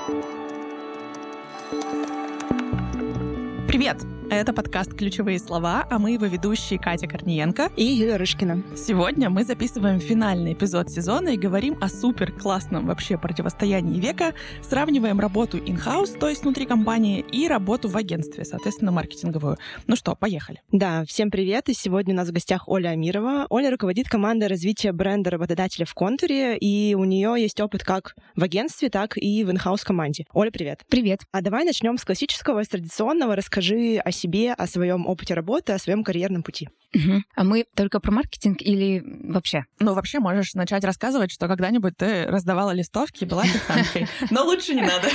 Привет! Это подкаст «Ключевые слова», а мы его ведущие Катя Корниенко и Юлия Рышкина. Сегодня мы записываем финальный эпизод сезона и говорим о супер-классном вообще противостоянии века, сравниваем работу in-house, то есть внутри компании, и работу в агентстве, соответственно, маркетинговую. Ну что, поехали. Да, всем привет, и сегодня у нас в гостях Оля Амирова. Оля руководит командой развития бренда работодателя в Контуре, и у нее есть опыт как в агентстве, так и в in-house команде. Оля, привет. Привет. А давай начнем с классического, с традиционного. Расскажи о себе, о своем опыте работы, о своем карьерном пути. А мы только про маркетинг или вообще? Ну, вообще можешь начать рассказывать, что когда-нибудь ты раздавала листовки, была официанткой. Но лучше не надо.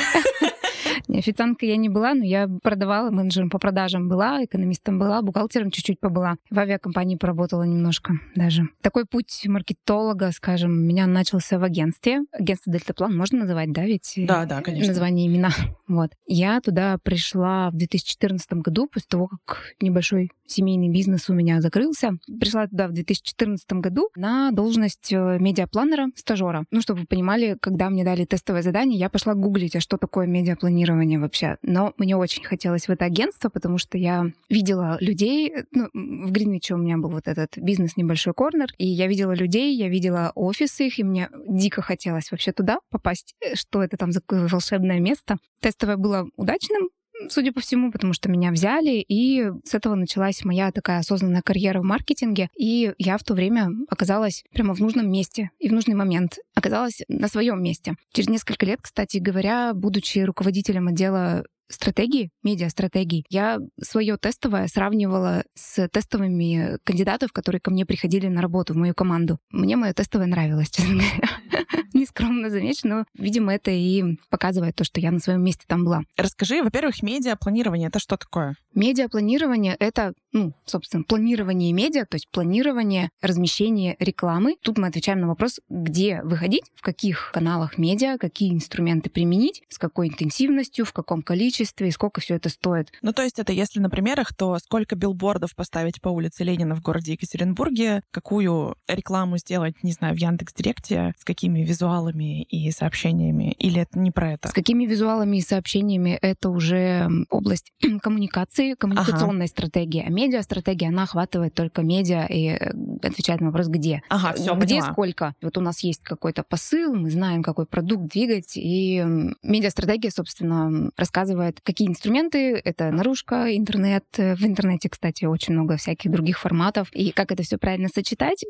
Официанткой я не была, но я продавала, менеджером по продажам была, экономистом была, бухгалтером чуть-чуть побыла. В авиакомпании поработала немножко даже. Такой путь маркетолога, скажем, у меня начался в агентстве. Агентство «Дельтаплан» можно называть, да, ведь? Да, конечно. Название, имена. Вот. Я туда пришла в 2014 году, после того, как небольшой семейный бизнес у меня закрылся. Пришла туда в 2014 году на должность медиапланера, стажера. Ну, чтобы вы понимали, когда мне дали тестовое задание, я пошла гуглить, а что такое медиапланирование вообще. Но мне очень хотелось в это агентство, потому что я видела людей. Ну, в Гринвиче у меня был вот этот бизнес «Небольшой корнер», и я видела людей, я видела офисы их, и мне дико хотелось вообще туда попасть. Что это там за такое волшебное место? Тестовое было удачным, судя по всему, потому что меня взяли, и с этого началась моя такая осознанная карьера в маркетинге, и я в то время оказалась прямо в нужном месте и в нужный момент. Оказалась на своем месте. Через несколько лет, кстати говоря, будучи руководителем отдела стратегии, медиа-стратегии, я свое тестовое сравнивала с тестовыми кандидатов, которые ко мне приходили на работу в мою команду. Мне мое тестовое нравилось, честно говоря. Нескромно замечу, но, видимо, это и показывает то, что я на своем месте там была. Расскажи, во-первых, медиапланирование — это что такое? Медиапланирование — это, собственно, планирование медиа, то есть планирование размещения рекламы. Тут мы отвечаем на вопрос, где выходить, в каких каналах медиа, какие инструменты применить, с какой интенсивностью, в каком количестве и сколько все это стоит. Ну, то есть это если на примерах, то сколько билбордов поставить по улице Ленина в городе Екатеринбурге, какую рекламу сделать, не знаю, в Яндекс.Директе, с какими визуалами и сообщениями, или это не про это? С какими визуалами и сообщениями — это уже область коммуникации, коммуникационной стратегии. А медиа-стратегия, она охватывает только медиа и отвечает на вопрос, где. Все, где, поняла. Сколько. Вот у нас есть какой-то посыл, мы знаем, какой продукт двигать, и медиа-стратегия, собственно, рассказывает, какие инструменты. Это наружка, интернет. В интернете, кстати, очень много всяких других форматов. И как это все правильно сочетать,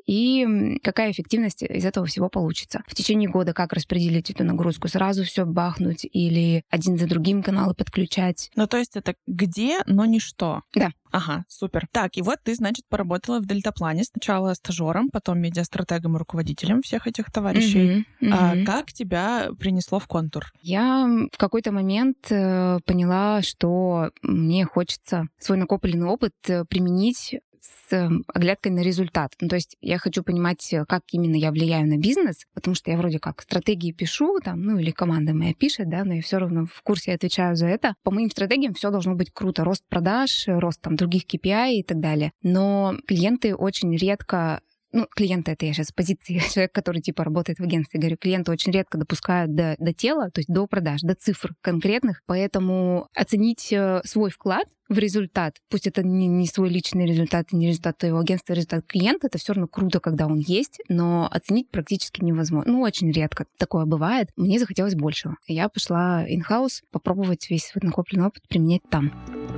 и какая эффективность из этого всего получится. В течение года как распределить эту нагрузку? Сразу все бахнуть или один за другим каналы подключать? Ну, то есть это где, но не что. Да. Ага, супер. Так, и вот ты, значит, поработала в Дельтаплане сначала стажером, потом медиастратегом и руководителем всех этих товарищей. А как тебя принесло в Контур? Я в какой-то момент поняла, что мне хочется свой накопленный опыт применить с оглядкой на результат. Ну, то есть я хочу понимать, как именно я влияю на бизнес, потому что я вроде как стратегии пишу, там, или команда моя пишет, да, но я все равно в курсе отвечаю за это. По моим стратегиям все должно быть круто. Рост продаж, рост там других KPI и так далее. Но клиенты очень редко клиенты — это я сейчас с позиции человека, который типа работает в агентстве, говорю, клиенты очень редко допускают до тела, то есть до продаж, до цифр конкретных, поэтому оценить свой вклад в результат, пусть это не свой личный результат, не результат твоего агентства, а результат клиента, это все равно круто, когда он есть, но оценить практически невозможно. Очень редко такое бывает. Мне захотелось большего. Я пошла in-house попробовать весь свой накопленный опыт применять там.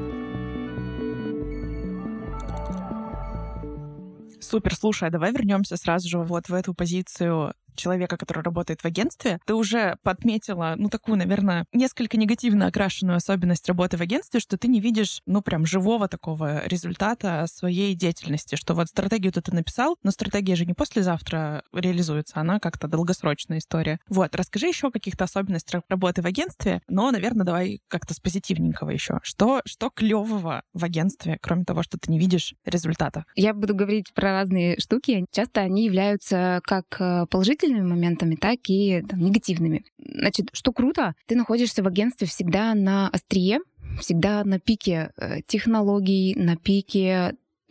Супер, слушай, а давай вернемся сразу же вот в эту позицию человека, который работает в агентстве. Ты уже подметила, такую, наверное, несколько негативно окрашенную особенность работы в агентстве, что ты не видишь, прям живого такого результата своей деятельности, что вот стратегию ты написал, но стратегия же не послезавтра реализуется, она как-то долгосрочная история. Вот, расскажи еще о каких-то особенностях работы в агентстве, но, наверное, давай как-то с позитивненького еще. Что клевого в агентстве, кроме того, что ты не видишь результата? Я буду говорить про разные штуки. Часто они являются как положительными моментами, так и негативными. Значит, что круто, ты находишься в агентстве всегда на острие, всегда на пике технологий, на пике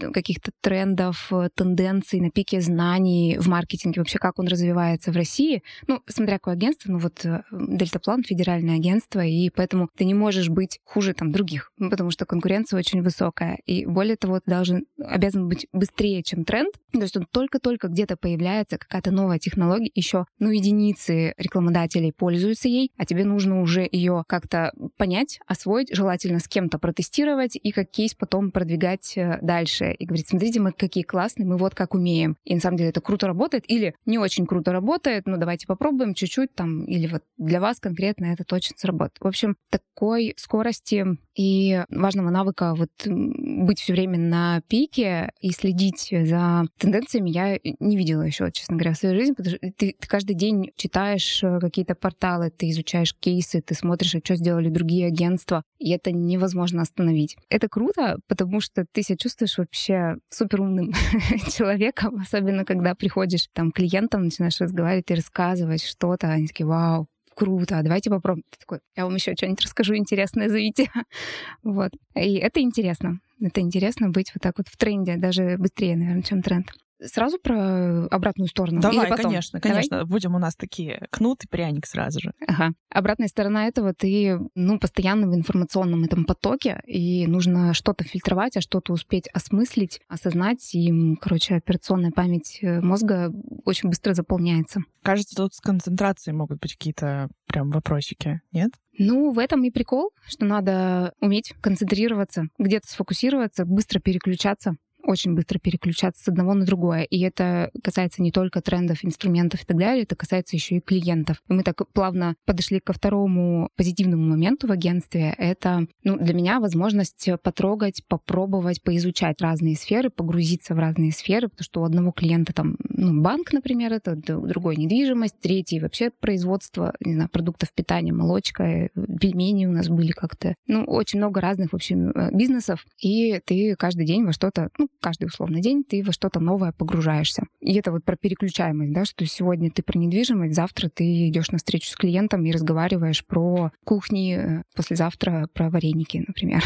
каких-то трендов, тенденций, на пике знаний в маркетинге, вообще как он развивается в России. Ну, смотря какое агентство, ну вот Дельтаплан — федеральное агентство, и поэтому ты не можешь быть хуже там других, потому что конкуренция очень высокая. И более того, ты обязан быть быстрее, чем тренд. То есть он только-только где-то появляется, какая-то новая технология, еще, единицы рекламодателей пользуются ей, а тебе нужно уже ее как-то понять, освоить, желательно с кем-то протестировать и как кейс потом продвигать дальше. И говорить: смотрите, мы какие классные, мы вот как умеем. И на самом деле это круто работает или не очень круто работает, но давайте попробуем чуть-чуть там, или вот для вас конкретно это точно сработает. В общем, такой скорости и важного навыка вот быть все время на пике и следить за тенденциями я не видела еще, честно говоря, в своей жизни, потому что ты каждый день читаешь какие-то порталы, ты изучаешь кейсы, ты смотришь, что сделали другие агентства, и это невозможно остановить. Это круто, потому что ты себя чувствуешь вообще суперумным человеком, особенно когда приходишь там к клиентам, начинаешь разговаривать и рассказывать что-то, они такие: вау, круто, давайте попробуем. Ты такой: я вам еще что-нибудь расскажу интересное, зовите. Вот. И это интересно. Это интересно быть вот так вот в тренде, даже быстрее, наверное, чем тренд. Сразу про обратную сторону? Давай, или потом? конечно. Давай? Будем у нас такие кнут и пряник сразу же. Ага. Обратная сторона этого — ты, постоянно в информационном этом потоке, и нужно что-то фильтровать, а что-то успеть осмыслить, осознать, и, операционная память мозга очень быстро заполняется. Кажется, тут с концентрацией могут быть какие-то прям вопросики, нет? В этом и прикол, что надо уметь концентрироваться, где-то сфокусироваться, быстро переключаться. Очень быстро переключаться с одного на другое. И это касается не только трендов, инструментов и так далее, это касается еще и клиентов. И мы так плавно подошли ко второму позитивному моменту в агентстве. Это, для меня возможность потрогать, попробовать, поизучать разные сферы, погрузиться в разные сферы, потому что у одного клиента там, банк, например, это, у другой недвижимость, третий вообще производство, не знаю, продуктов питания, молочка, пельмени у нас были как-то. Очень много разных, в общем, бизнесов. И ты каждый день во что-то, каждый условный день ты во что-то новое погружаешься. И это вот про переключаемость, да, что сегодня ты про недвижимость, завтра ты идешь на встречу с клиентом и разговариваешь про кухни, послезавтра про вареники, например.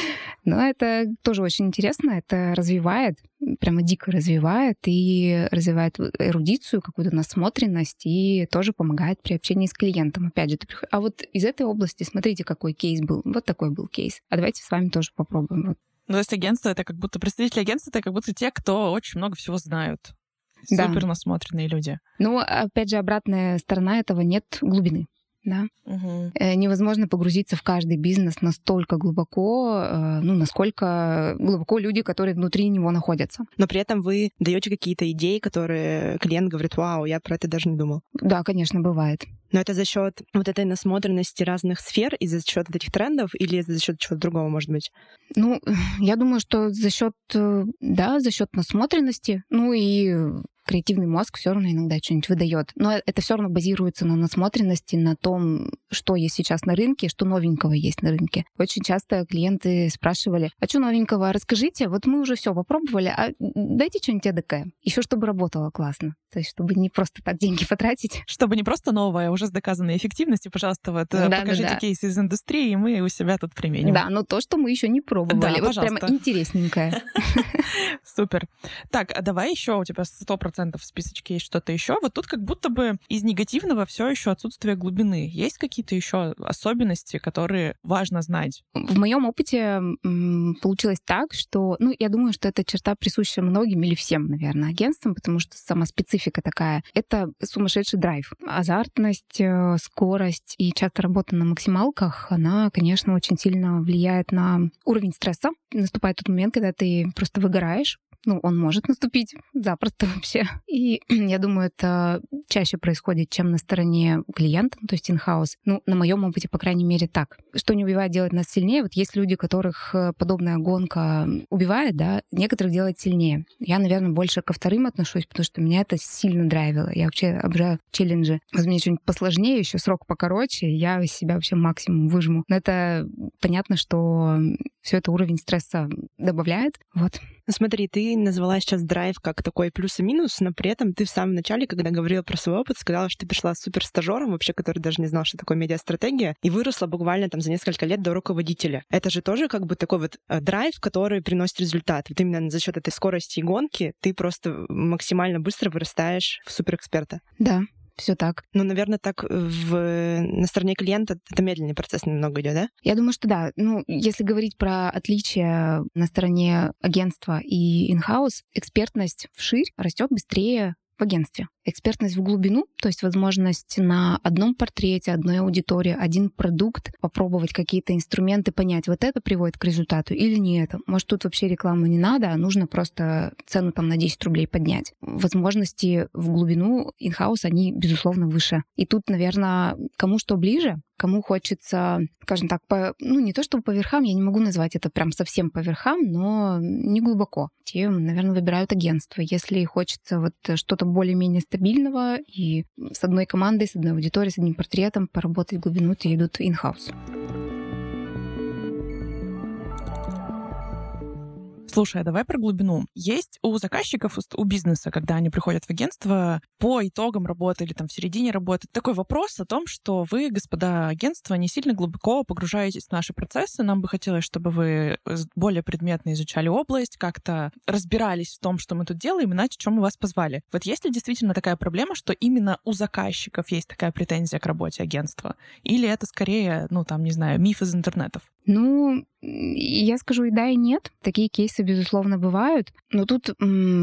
Но это тоже очень интересно, это развивает, прямо дико развивает, и развивает эрудицию, какую-то насмотренность, и тоже помогает при общении с клиентом. Опять же, а вот из этой области смотрите, какой кейс был. Вот такой был кейс. А давайте с вами тоже попробуем. Вот. То есть агентство — это как будто представители агентства — это как будто те, кто очень много всего знают. Да. Супер насмотренные люди. Опять же, обратная сторона этого — нет глубины. Да? Угу. Невозможно погрузиться в каждый бизнес настолько глубоко, насколько глубоко люди, которые внутри него находятся. Но при этом вы даете какие-то идеи, которые клиент говорит: вау, я про это даже не думал. Да, конечно, бывает. Но это за счет вот этой насмотренности разных сфер и за счет этих трендов, или за счет чего-то другого, может быть? Я думаю, что за счет насмотренности, и креативный мозг все равно иногда что-нибудь выдает. Но это все равно базируется на насмотренности, на том, что есть сейчас на рынке, что новенького есть на рынке. Очень часто клиенты спрашивали: а что новенького? Расскажите, вот мы уже все попробовали, а дайте что-нибудь эдакое. Еще чтобы работало классно. То есть чтобы не просто так деньги потратить. Чтобы не просто новое, уже с доказанной эффективностью, пожалуйста, покажите кейсы из индустрии, и мы у себя тут применим. Да, но то, что мы еще не пробовали. Да, вот прямо интересненькое. Супер. Так, а давай еще, у тебя 100% в списочке есть что-то еще. Вот тут как будто бы из негативного все еще отсутствие глубины. Есть какие-то еще особенности, которые важно знать? В моем опыте получилось так, что, я думаю, что эта черта присуща многим или всем, наверное, агентствам, потому что сама специфика такая. Это сумасшедший драйв. Азартность, скорость и часто работа на максималках, она, конечно, очень сильно влияет на уровень стресса. Наступает тот момент, когда ты просто выгораешь. Он может наступить запросто вообще. И я думаю, это чаще происходит, чем на стороне клиента, то есть in-house. На моем опыте, по крайней мере, так. Что не убивает, делает нас сильнее. Вот есть люди, которых подобная гонка убивает, да, некоторых делает сильнее. Я, наверное, больше ко вторым отношусь, потому что меня это сильно драйвило. Я вообще обожаю челленджи. Возьми что-нибудь посложнее, еще срок покороче, я из себя вообще максимум выжму. Но это понятно, что все это уровень стресса добавляет. Вот. Смотри, ты ты назвала сейчас драйв как такой плюс и минус, но при этом ты в самом начале, когда говорила про свой опыт, сказала, что ты пришла супер стажером, вообще, который даже не знал, что такое медиастратегия, и выросла буквально там за несколько лет до руководителя. Это же тоже как бы такой вот драйв, который приносит результат. Вот именно за счет этой скорости и гонки ты просто максимально быстро вырастаешь в суперэксперта. Да. Все так. Ну, наверное, так на стороне клиента это медленный процесс немного идет, да? Я думаю, что да. Ну, если говорить про отличия на стороне агентства и in-house, экспертность вширь растет быстрее в агентстве. Экспертность в глубину, то есть возможность на одном портрете, одной аудитории, один продукт, попробовать какие-то инструменты, понять, вот это приводит к результату или не это. Может, тут вообще рекламу не надо, а нужно просто цену там на 10 рублей поднять. Возможности в глубину in-house, они, безусловно, выше. И тут, наверное, кому что ближе, кому хочется, скажем так, не то чтобы по верхам, я не могу назвать это прям совсем по верхам, но не глубоко. Те, наверное, выбирают агентство. Если хочется вот что-то более-менее стабильного и с одной командой, с одной аудиторией, с одним портретом поработать в глубину, то идут in-house. Слушай, а давай про глубину. Есть у заказчиков, у бизнеса, когда они приходят в агентство, по итогам работы или там в середине работы, такой вопрос о том, что вы, господа агентства, не сильно глубоко погружаетесь в наши процессы. Нам бы хотелось, чтобы вы более предметно изучали область, как-то разбирались в том, что мы тут делаем, иначе чем мы вас позвали. Вот есть ли действительно такая проблема, что именно у заказчиков есть такая претензия к работе агентства? Или это скорее, миф из интернетов? Я скажу и да, и нет. Такие кейсы, безусловно, бывают. Но тут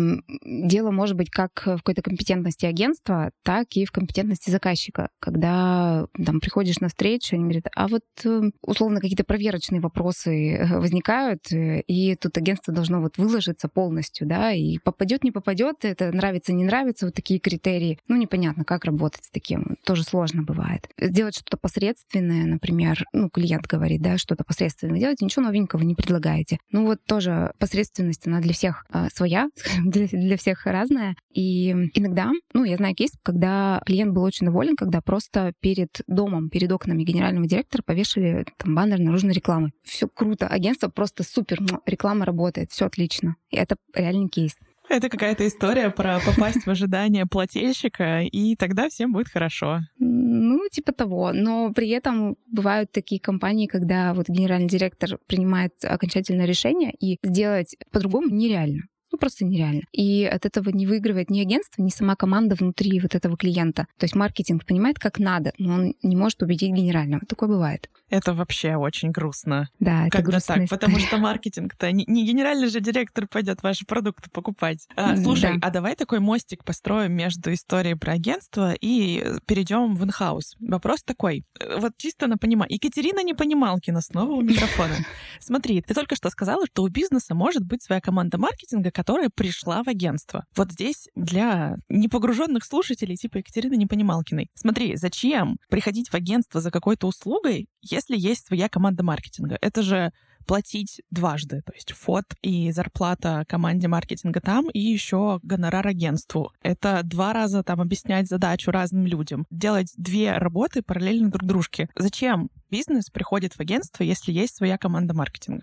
дело может быть как в какой-то компетентности агентства, так и в компетентности заказчика. Когда там приходишь на встречу, они говорят, а вот условно какие-то проверочные вопросы возникают, и тут агентство должно вот выложиться полностью, да, и попадет, не попадет, это нравится, не нравится, вот такие критерии. Непонятно, как работать с таким. Тоже сложно бывает. Сделать что-то посредственное, например, клиент говорит, да, что-то посредственное делать, ничего новенького не предлагаете. Вот тоже посредственность, она для всех своя, для всех разная. И иногда, я знаю кейс, когда клиент был очень доволен, когда просто перед домом, перед окнами генерального директора повешали там баннер наружной рекламы. Все круто, агентство просто супер, реклама работает, все отлично. И это реальный кейс. Это какая-то история про попасть в ожидание плательщика, и тогда всем будет хорошо. Типа того. Но при этом бывают такие компании, когда вот генеральный директор принимает окончательное решение, и сделать по-другому нереально. Просто нереально. И от этого не выигрывает ни агентство, ни сама команда внутри вот этого клиента. То есть маркетинг понимает, как надо, но он не может убедить генерального. Такое бывает. Это вообще очень грустно. Да, это когда грустная так, история. потому что маркетинг-то не генеральный же директор пойдет ваши продукты покупать. Слушай, Да. А давай такой мостик построим между историей про агентство и перейдем в in-house. Вопрос такой, вот чисто на понимание. Екатерина Непонималкина снова у микрофона. Смотри, ты только что сказала, что у бизнеса может быть своя команда маркетинга, которая пришла в агентство. Вот здесь для непогруженных слушателей типа Екатерины Непонималкиной. Смотри, зачем приходить в агентство за какой-то услугой, если есть своя команда маркетинга? Это же платить дважды, то есть фот и зарплата команде маркетинга там, и еще гонорар агентству. Это 2 раза там объяснять задачу разным людям, делать 2 работы параллельно друг дружке. Зачем бизнес приходит в агентство, если есть своя команда маркетинга?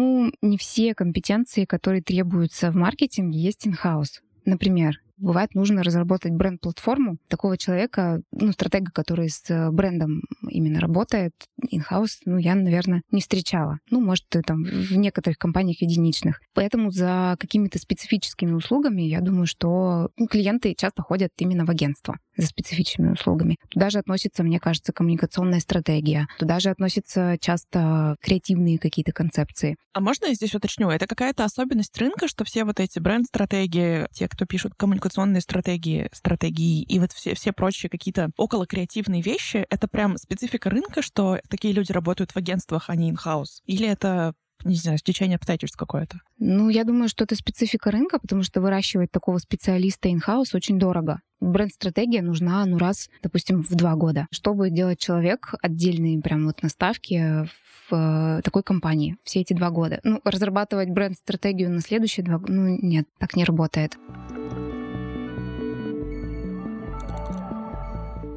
Не все компетенции, которые требуются в маркетинге, есть in-house. Например, бывает, нужно разработать бренд-платформу такого человека, стратега, который с брендом именно работает, in-house, я, наверное, не встречала. Может, там в некоторых компаниях единичных. Поэтому за какими-то специфическими услугами, я думаю, что клиенты часто ходят именно в агентство за специфическими услугами. Туда же относится, мне кажется, коммуникационная стратегия. Туда же относятся часто креативные какие-то концепции. А можно я здесь уточню? Это какая-то особенность рынка, что все вот эти бренд-стратегии, те, кто пишут коммуникационные стратегии и вот все прочие какие-то околокреативные вещи, это прям специфика рынка, что такие люди работают в агентствах, а не in-house? Или это, не знаю, стечение обстоятельств какое-то? Я думаю, что это специфика рынка, потому что выращивать такого специалиста in-house очень дорого. Бренд-стратегия нужна, раз, допустим, в 2 года, чтобы делать человек отдельные прям вот наставки в такой компании все эти 2 года. Разрабатывать бренд-стратегию на следующие 2 года, нет, так не работает.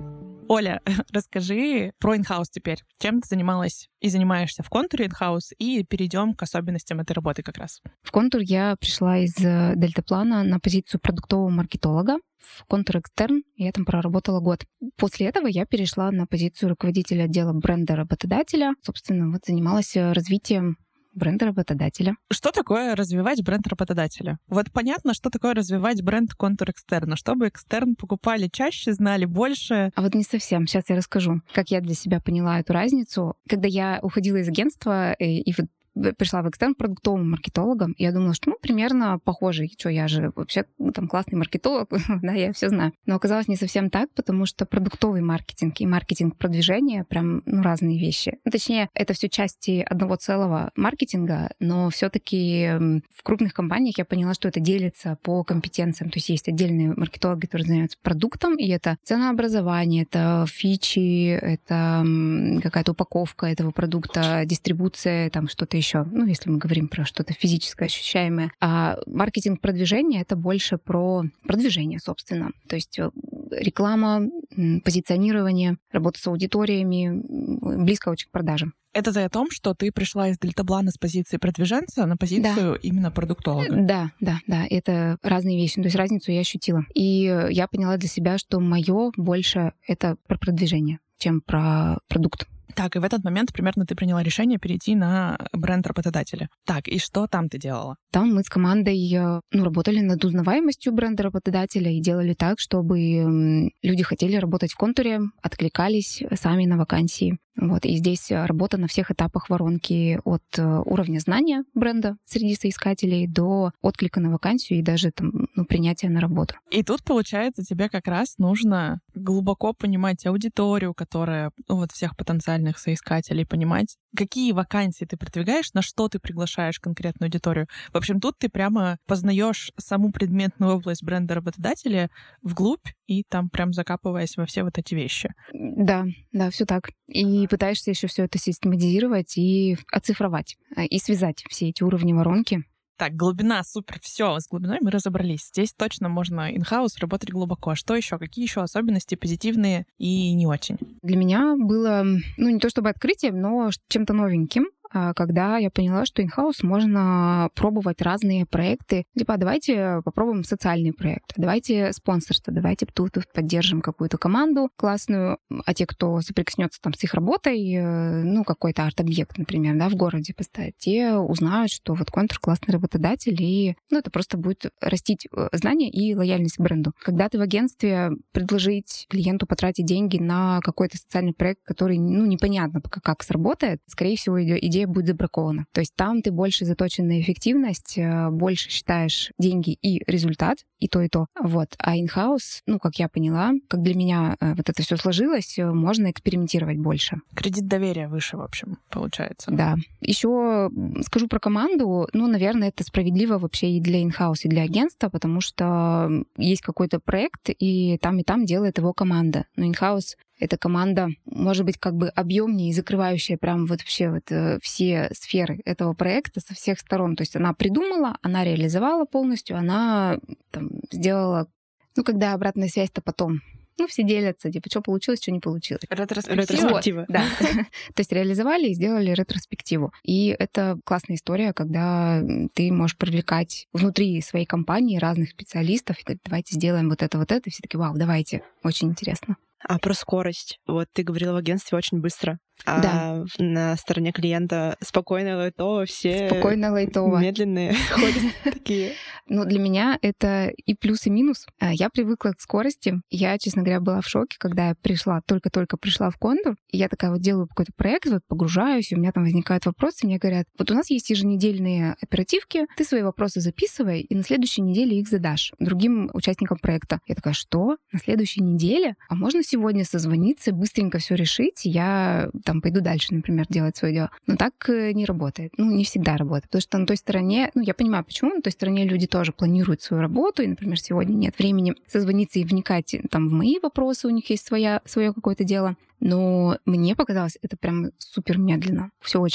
Оля, расскажи про инхаус теперь. Чем ты занималась и занимаешься в контуре инхаус, и перейдем к особенностям этой работы как раз. В контур я пришла из Дельтаплана на позицию продуктового маркетолога. В контур экстерн я там проработала год. После этого я перешла на позицию руководителя отдела бренда работодателя. Собственно, вот занималась развитием бренда работодателя. Что такое развивать бренд работодателя? Вот понятно, что такое развивать бренд контур экстерна, чтобы экстерн покупали чаще, знали больше. А вот не совсем. Сейчас я расскажу, как я для себя поняла эту разницу. Когда я уходила из агентства и вот пришла в экстерн продуктовым маркетологом, я думала, что, примерно похоже. И что, я же вообще там классный маркетолог, да, я все знаю. Но оказалось не совсем так, потому что продуктовый маркетинг и маркетинг продвижения прям, разные вещи. Точнее, это все части одного целого маркетинга, но все-таки в крупных компаниях я поняла, что это делится по компетенциям. То есть есть отдельные маркетологи, которые занимаются продуктом, и это ценообразование, это фичи, это какая-то упаковка этого продукта, дистрибуция, там что-то еще. Если мы говорим про что-то физическое, ощущаемое. А маркетинг продвижения — это больше про продвижение, собственно. То есть реклама, позиционирование, работа с аудиториями, близко очень к продажам. Это ты о том, что ты пришла из Дельтаплана с позиции продвиженца на позицию именно продуктолога. Да, это разные вещи. То есть разницу я ощутила. И я поняла для себя, что мое больше это про продвижение, чем про продукт. Так, и в этот момент примерно ты приняла решение перейти на бренд работодателя. Так, и что там ты делала? Там мы с командой работали над узнаваемостью бренда работодателя и делали так, чтобы люди хотели работать в контуре, откликались сами на вакансии. И здесь работа на всех этапах воронки от уровня знания бренда среди соискателей до отклика на вакансию и даже принятия на работу. И тут, получается, тебе как раз нужно глубоко понимать аудиторию, которая, всех потенциальных соискателей, понимать, какие вакансии ты продвигаешь, на что ты приглашаешь конкретную аудиторию. В общем, тут ты прямо познаешь саму предметную область бренда работодателя вглубь и там прям закапываясь во все вот эти вещи. Да, все так. И пытаешься еще все это систематизировать и оцифровать, и связать все эти уровни воронки. Так, глубина, супер, все, с глубиной мы разобрались. Здесь точно можно in-house работать глубоко. Что еще? Какие еще особенности позитивные и не очень? Для меня было, не то чтобы открытием, но чем-то новеньким, когда я поняла, что in-house можно пробовать разные проекты. Давайте попробуем социальный проект, давайте спонсорство, давайте тут поддержим какую-то команду классную, а те, кто соприкоснется с их работой, какой-то арт-объект, например, в городе поставить, те узнают, что контур классный работодатель, и это просто будет растить знания и лояльность к бренду. Когда ты в агентстве предложить клиенту потратить деньги на какой-то социальный проект, который, непонятно пока как сработает, скорее всего, идея будет забракована. То есть там ты больше заточен на эффективность, больше считаешь деньги и результат, и то, и то. А in-house, как я поняла, как для меня это все сложилось, можно экспериментировать больше. Кредит доверия выше, в общем, получается. Да. Еще скажу про команду. Наверное, это справедливо вообще и для in-house, и для агентства, потому что есть какой-то проект, и там делает его команда. Но in-house эта команда может быть объемнее и закрывающая прям вообще все сферы этого проекта со всех сторон. То есть она придумала, она реализовала полностью, она сделала, когда обратная связь-то потом. Все делятся, что получилось, что не получилось. Ретроспектива. Да. То есть реализовали и сделали ретроспективу. И это классная история, когда ты можешь привлекать внутри своей компании разных специалистов и говорить, давайте сделаем вот это. И все такие, вау, давайте, очень интересно. А про скорость? Ты говорила в агентстве очень быстро. Да. На стороне клиента спокойно, лайтово, все спокойно, лайтово. Медленные ходят такие. Для меня это и плюс, и минус. Я привыкла к скорости. Я, честно говоря, была в шоке, когда я только пришла в контур, и я такая делаю какой-то проект, погружаюсь, и у меня там возникают вопросы, мне говорят, у нас есть еженедельные оперативки, ты свои вопросы записывай, и на следующей неделе их задашь другим участникам проекта. Я такая, что? На следующей неделе? А можно сегодня созвониться, быстренько все решить, и я пойду дальше, например, делать свое дело. Но так не работает. Не всегда работает. Потому что на той стороне, я понимаю, почему, на той стороне люди тоже планируют свою работу, и, например, сегодня нет времени созвониться и вникать в мои вопросы, у них есть свое какое-то дело. Но мне показалось, это прям супер медленно. Все очень,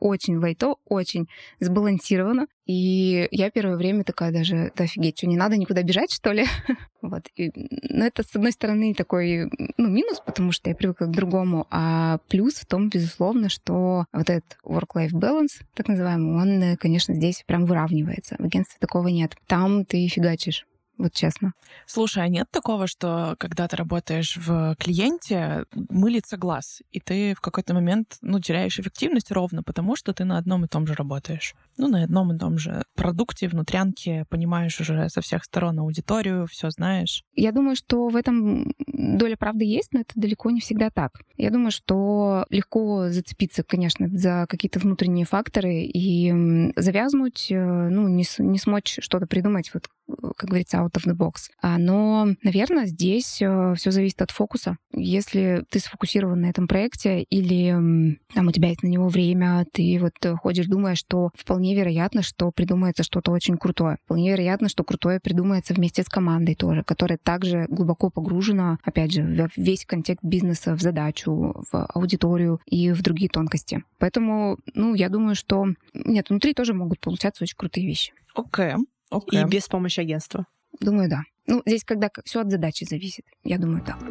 очень лайтово, очень сбалансировано. И я первое время такая даже, да офигеть, что не надо никуда бежать, что ли? Вот. Но это, с одной стороны, такой, минус, потому что я привыкла к другому, а плюс в том, безусловно, что вот этот work-life balance, так называемый, он, конечно, здесь прям выравнивается. В агентстве такого нет. Там ты фигачишь. Вот честно. Слушай, а нет такого, что когда ты работаешь в клиенте, мылится глаз, и ты в какой-то момент, теряешь эффективность ровно потому, что ты на одном и том же работаешь? На одном и том же продукте, внутрянке, понимаешь уже со всех сторон аудиторию, все знаешь. Я думаю, что в этом доля правды есть, но это далеко не всегда так. Я думаю, что легко зацепиться, конечно, за какие-то внутренние факторы и завязнуть, не смочь что-то придумать, вот, как говорится, out of the box. Но, наверное, здесь все зависит от фокуса. Если ты сфокусирован на этом проекте или там у тебя есть на него время, ты вот ходишь, думаешь, что вполне вероятно, что придумается что-то очень крутое. Вполне вероятно, что крутое придумается вместе с командой тоже, которая также глубоко погружена, опять же, в весь контекст бизнеса, в задачу, в аудиторию и в другие тонкости. Поэтому, я думаю, что нет, внутри тоже могут получаться очень крутые вещи. Окей. И без помощи агентства. Думаю, да. Здесь когда все от задачи зависит. Я думаю, так.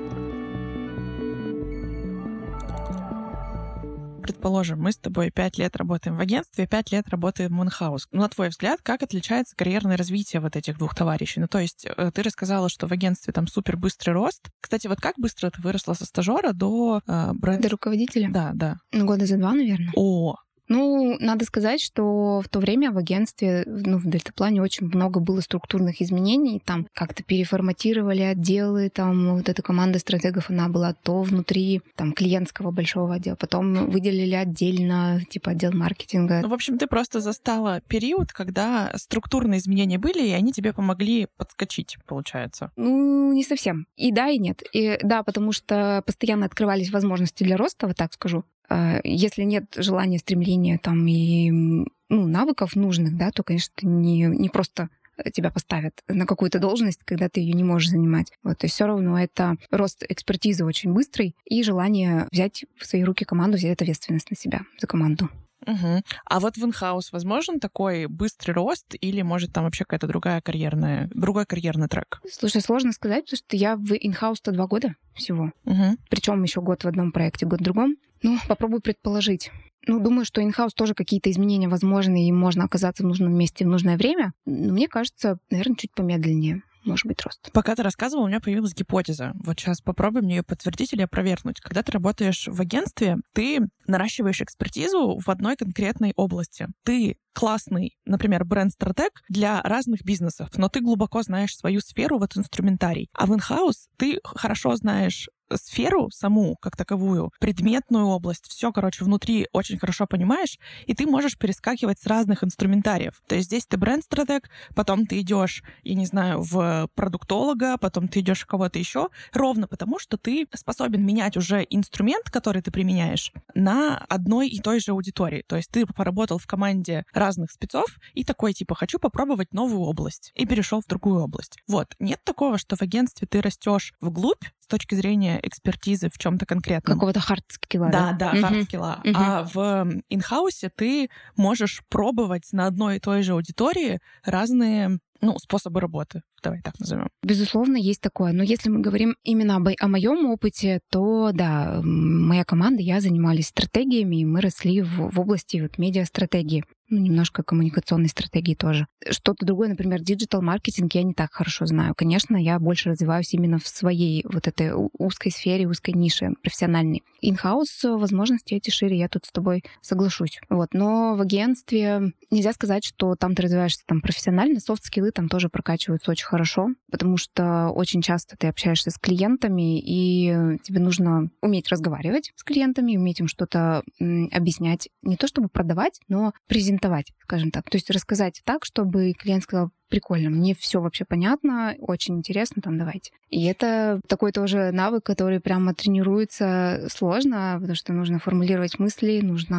Предположим, мы с тобой 5 лет работаем в агентстве, 5 лет работаем в in-house. На твой взгляд, как отличается карьерное развитие вот этих двух товарищей? То есть ты рассказала, что в агентстве там супер быстрый рост. Кстати, вот как быстро ты выросла со стажера до До руководителя? Да. Года за 2, наверное. О! Надо сказать, что в то время в агентстве, в дельтаплане очень много было структурных изменений. Там как-то переформатировали отделы, там вот эта команда стратегов, она была то внутри там клиентского большого отдела, потом выделили отдельно, отдел маркетинга. В общем, ты просто застала период, когда структурные изменения были, и они тебе помогли подскочить, получается. Не совсем. И да, и нет. И да, потому что постоянно открывались возможности для роста, вот так скажу. Если нет желания, стремления там и навыков нужных, да, то, конечно, не просто тебя поставят на какую-то должность, когда ты ее не можешь занимать. Вот, то есть все равно это рост экспертизы очень быстрый и желание взять в свои руки команду, взять ответственность на себя за команду. Угу. А вот в in-house возможен такой быстрый рост или, может, там вообще какая-то другой карьерный трек? Слушай, сложно сказать, потому что я в in-house-то 2 года всего. Угу. Причем еще год в одном проекте, год в другом. Попробую предположить. Думаю, что in-house тоже какие-то изменения возможны, и можно оказаться в нужном месте в нужное время. Но мне кажется, наверное, чуть помедленнее. Может быть, рост. Пока ты рассказывала, у меня появилась гипотеза. Вот сейчас попробуем ее подтвердить или опровергнуть. Когда ты работаешь в агентстве, ты наращиваешь экспертизу в одной конкретной области. Ты классный, например, бренд-стратег для разных бизнесов, но ты глубоко знаешь свою сферу, вот инструментарий. А в in-house ты хорошо знаешь сферу саму, как таковую, предметную область, все, внутри очень хорошо понимаешь, и ты можешь перескакивать с разных инструментариев. То есть здесь ты бренд-стратег, потом ты идешь, я не знаю, в продуктолога, потом ты идешь в кого-то еще, ровно потому, что ты способен менять уже инструмент, который ты применяешь, на одной и той же аудитории. То есть ты поработал в команде разных спецов и такой, хочу попробовать новую область, и перешел в другую область. Вот. Нет такого, что в агентстве ты растешь вглубь с точки зрения экспертизы в чем-то конкретном. Какого-то хард-скилла, да? хард-скилла. А в инхаусе ты можешь пробовать на одной и той же аудитории разные способы работы. Давай так назовем. Безусловно, есть такое. Но если мы говорим именно о моем опыте, то да, моя команда, я занимались стратегиями, и мы росли в области медиа-стратегии. Немножко коммуникационной стратегии тоже. Что-то другое, например, диджитал-маркетинг я не так хорошо знаю. Конечно, я больше развиваюсь именно в своей вот этой узкой сфере, узкой нише профессиональной. In-house возможности эти шире, я тут с тобой соглашусь. Но в агентстве нельзя сказать, что там ты развиваешься профессионально, софт-скиллы там тоже прокачиваются очень хорошо, потому что очень часто ты общаешься с клиентами, и тебе нужно уметь разговаривать с клиентами, уметь им что-то объяснять, не то чтобы продавать, но презентовать, скажем так. То есть рассказать так, чтобы клиент сказал: прикольно, мне все вообще понятно, очень интересно, давайте. И это такой тоже навык, который прямо тренируется сложно, потому что нужно формулировать мысли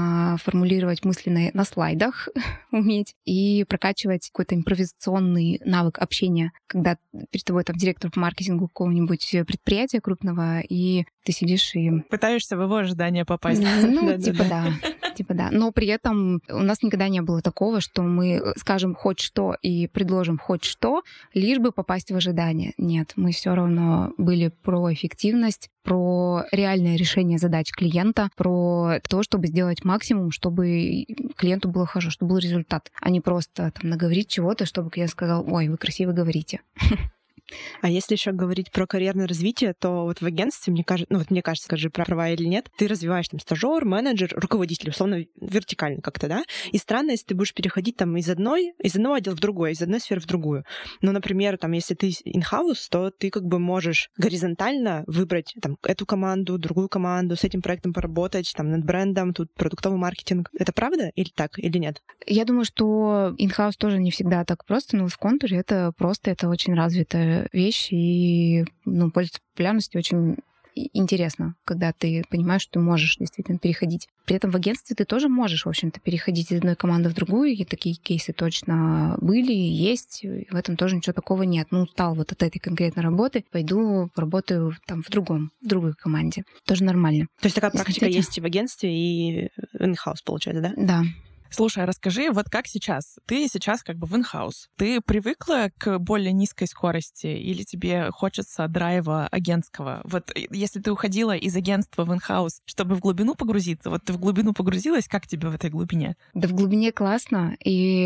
на слайдах уметь и прокачивать какой-то импровизационный навык общения, когда перед тобой директор по маркетингу какого-нибудь предприятия крупного, и ты сидишь и... Пытаешься в его ожидания попасть. Да. Типа да. Но при этом у нас никогда не было такого, что мы скажем хоть что и предложим хоть что, лишь бы попасть в ожидание. Нет, мы все равно были про эффективность, про реальное решение задач клиента, про то, чтобы сделать максимум, чтобы клиенту было хорошо, чтобы был результат, а не просто там наговорить чего-то, чтобы клиент сказал: ой, вы красиво говорите. А если еще говорить про карьерное развитие, то вот в агентстве, мне кажется, скажи, права или нет, ты развиваешь там стажёр, менеджер, руководитель, условно, вертикально как-то, да? И странно, если ты будешь переходить там из одного отдела в другой, из одной сферы в другую. Но, например, там, если ты in-house, то ты как бы можешь горизонтально выбрать там эту команду, другую команду, с этим проектом поработать, там, над брендом, тут продуктовый маркетинг. Это правда или так, или нет? Я думаю, что in-house тоже не всегда так просто, но в контуре это очень развитая вещь, и пользуется популярностью очень интересно, когда ты понимаешь, что ты можешь действительно переходить. При этом в агентстве ты тоже можешь, в общем-то, переходить из одной команды в другую, и такие кейсы точно были, есть, и в этом тоже ничего такого нет. Устал вот от этой конкретной работы, пойду поработаю там в другой команде. Тоже нормально. То есть такая практика есть и в агентстве, и in-house, получается, да? Да. Слушай, расскажи, вот как сейчас? Ты сейчас как бы в in-house. Ты привыкла к более низкой скорости или тебе хочется драйва агентского? Вот если ты уходила из агентства в in-house, чтобы в глубину погрузиться, вот ты в глубину погрузилась, как тебе в этой глубине? Да в глубине классно.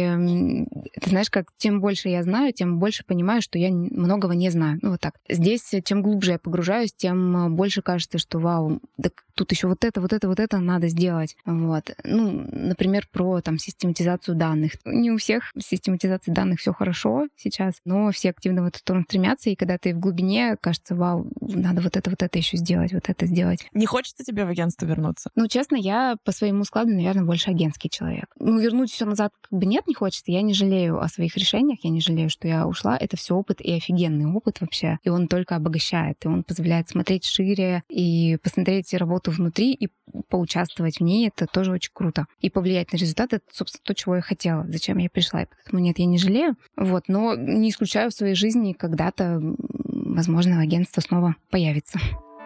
И ты знаешь, как тем больше я знаю, тем больше понимаю, что я многого не знаю. Вот так. Здесь чем глубже я погружаюсь, тем больше кажется, что вау, да тут еще вот это надо сделать. Вот. Например, про там систематизацию данных. Не у всех с систематизацией данных все хорошо сейчас, но все активно в эту сторону стремятся, и когда ты в глубине, кажется, вау, надо вот это еще сделать, вот это сделать. Не хочется тебе в агентство вернуться? Честно, я по своему складу, наверное, больше агентский человек. Вернуть все назад как бы нет, не хочется. Я не жалею о своих решениях, я не жалею, что я ушла. Это все опыт и офигенный опыт вообще. И он только обогащает, и он позволяет смотреть шире и посмотреть работу внутри и поучаствовать в ней. Это тоже очень круто. И повлиять на результат — это, собственно, то, чего я хотела, зачем я пришла. И поэтому нет, я не жалею. Но не исключаю в своей жизни когда-то, возможно, агентство снова появится.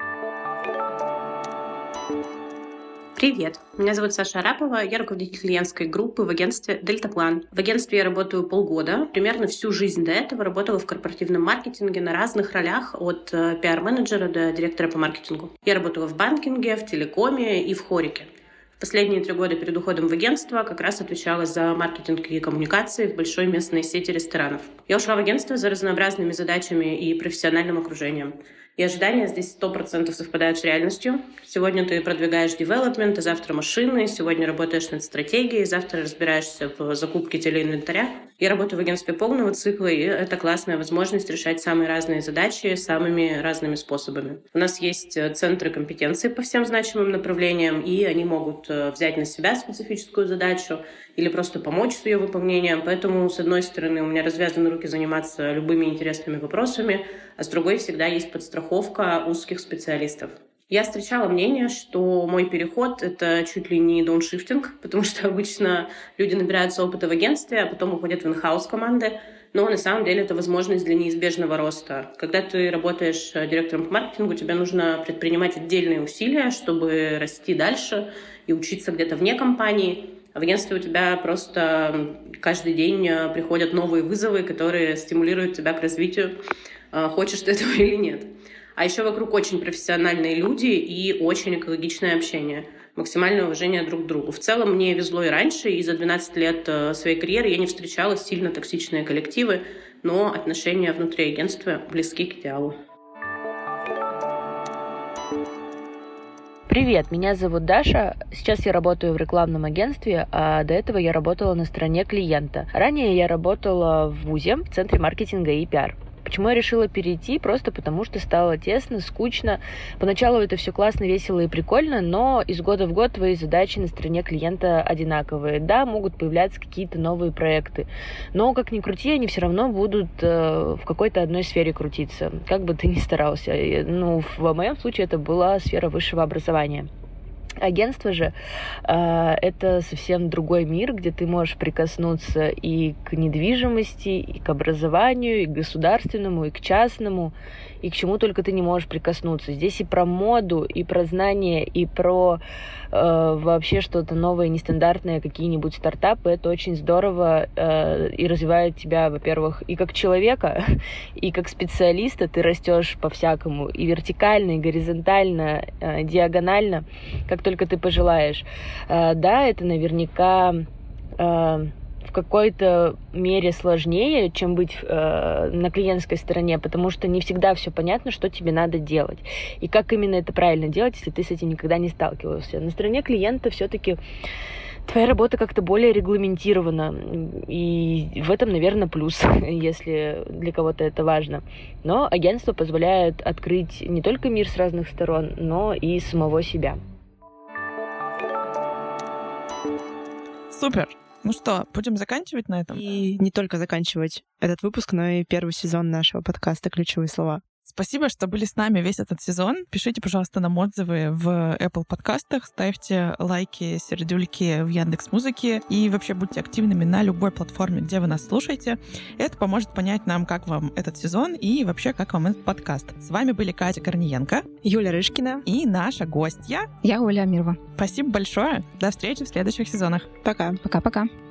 Привет, меня зовут Саша Арапова, я руководитель клиентской группы в агентстве «Дельтаплан». В агентстве я работаю полгода, примерно всю жизнь до этого работала в корпоративном маркетинге на разных ролях, от пиар-менеджера до директора по маркетингу. Я работала в банкинге, в телекоме и в хорике. Последние 3 года перед уходом в агентство как раз отвечала за маркетинг и коммуникации в большой местной сети ресторанов. Я ушла в агентство за разнообразными задачами и профессиональным окружением. И ожидания здесь 100% совпадают с реальностью. Сегодня ты продвигаешь девелопмент, а завтра машины, сегодня работаешь над стратегией, завтра разбираешься в закупке телеинвентаря. Я работаю в агентстве полного цикла, и это классная возможность решать самые разные задачи самыми разными способами. У нас есть центры компетенции по всем значимым направлениям, и они могут взять на себя специфическую задачу или просто помочь с ее выполнением. Поэтому, с одной стороны, у меня развязаны руки заниматься любыми интересными вопросами, а с другой всегда есть подстраховка узких специалистов. Я встречала мнение, что мой переход — это чуть ли не дауншифтинг, потому что обычно люди набираются опыта в агентстве, а потом уходят в in-house команды. Но на самом деле это возможность для неизбежного роста. Когда ты работаешь директором по маркетингу, тебе нужно предпринимать отдельные усилия, чтобы расти дальше и учиться где-то вне компании. А в агентстве у тебя просто каждый день приходят новые вызовы, которые стимулируют тебя к развитию, хочешь ты этого или нет. А еще вокруг очень профессиональные люди и очень экологичное общение. Максимальное уважение друг к другу. В целом мне везло и раньше, и за 12 лет своей карьеры я не встречала сильно токсичные коллективы, но отношения внутри агентства близки к идеалу. Привет, меня зовут Даша. Сейчас я работаю в рекламном агентстве, а до этого я работала на стороне клиента. Ранее я работала в ВУЗе, в Центре маркетинга и пиар. Почему я решила перейти? Просто потому, что стало тесно, скучно. Поначалу это все классно, весело и прикольно, но из года в год твои задачи на стороне клиента одинаковые. Да, могут появляться какие-то новые проекты, но, как ни крути, они все равно будут в какой-то одной сфере крутиться, как бы ты ни старался. В моем случае это была сфера высшего образования. Агентство же это совсем другой мир, где ты можешь прикоснуться и к недвижимости, и к образованию, и к государственному, и к частному, и к чему только ты не можешь прикоснуться. Здесь и про моду, и про знания, и про вообще что-то новое, нестандартное, какие-нибудь стартапы. Это очень здорово и развивает тебя, во-первых, и как человека, и как специалиста. Ты растешь по-всякому, и вертикально, и горизонтально, диагонально, как только ты пожелаешь. Да, это наверняка в какой-то мере сложнее, чем быть на клиентской стороне, потому что не всегда все понятно, что тебе надо делать. И как именно это правильно делать, если ты с этим никогда не сталкивался. На стороне клиента все-таки твоя работа как-то более регламентирована. И в этом, наверное, плюс, если для кого-то это важно. Но агентство позволяет открыть не только мир с разных сторон, но и самого себя. Супер! Ну что, будем заканчивать на этом? И не только заканчивать этот выпуск, но и первый сезон нашего подкаста «Ключевые слова». Спасибо, что были с нами весь этот сезон. Пишите, пожалуйста, нам отзывы в Apple подкастах, ставьте лайки, сердюльки в Яндекс.Музыке и вообще будьте активными на любой платформе, где вы нас слушаете. Это поможет понять нам, как вам этот сезон и вообще, как вам этот подкаст. С вами были Катя Корниенко, Юля Рышкина и наша гостья. Я Оля Амирова. Спасибо большое. До встречи в следующих сезонах. Пока. Пока-пока.